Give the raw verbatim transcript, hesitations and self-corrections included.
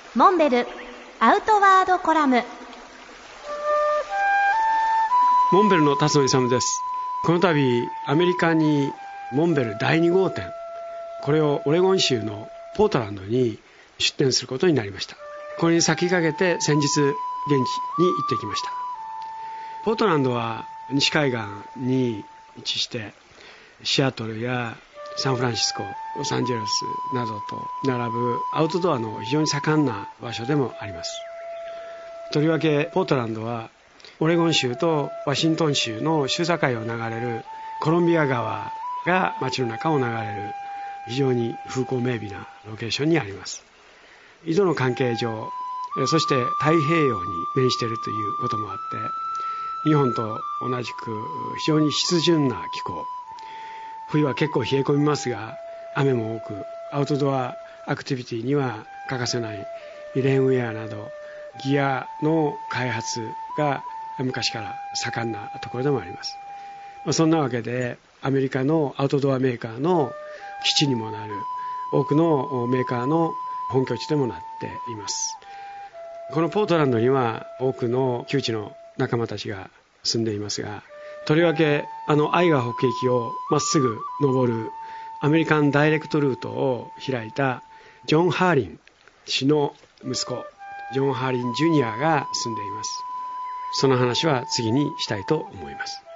モンベルアウトワードコラム。 モンベルの辰野勇です。この度アメリカにモンベルだいに号店、これをオレゴン州のポートランドに出店することになりました。これに先駆けて先日現地に行ってきました。ポートランドは西海岸に位置して、シアトルやサンフランシスコ、ロサンゼルスなどと並ぶアウトドアの非常に盛んな場所でもあります。とりわけポートランドはオレゴン州とワシントン州の州境を流れるコロンビア川が街の中を流れる非常に風光明媚なロケーションにあります。緯度の関係上、そして太平洋に面しているということもあって、日本と同じく非常に湿潤な気候、冬は結構冷え込みますが雨も多く、アウトドアアクティビティには欠かせないレーンウェアなどギアの開発が昔から盛んなところでもあります。そんなわけでアメリカのアウトドアメーカーの基地にもなる、多くのメーカーの本拠地でもなっています。このポートランドには多くの旧知の仲間たちが住んでいますが、とりわけあのアイガー北壁をまっすぐ登るアメリカンダイレクトルートを開いたジョン・ハーリン氏の息子ジョン・ハーリン・ジュニアが住んでいます。その話は次にしたいと思います。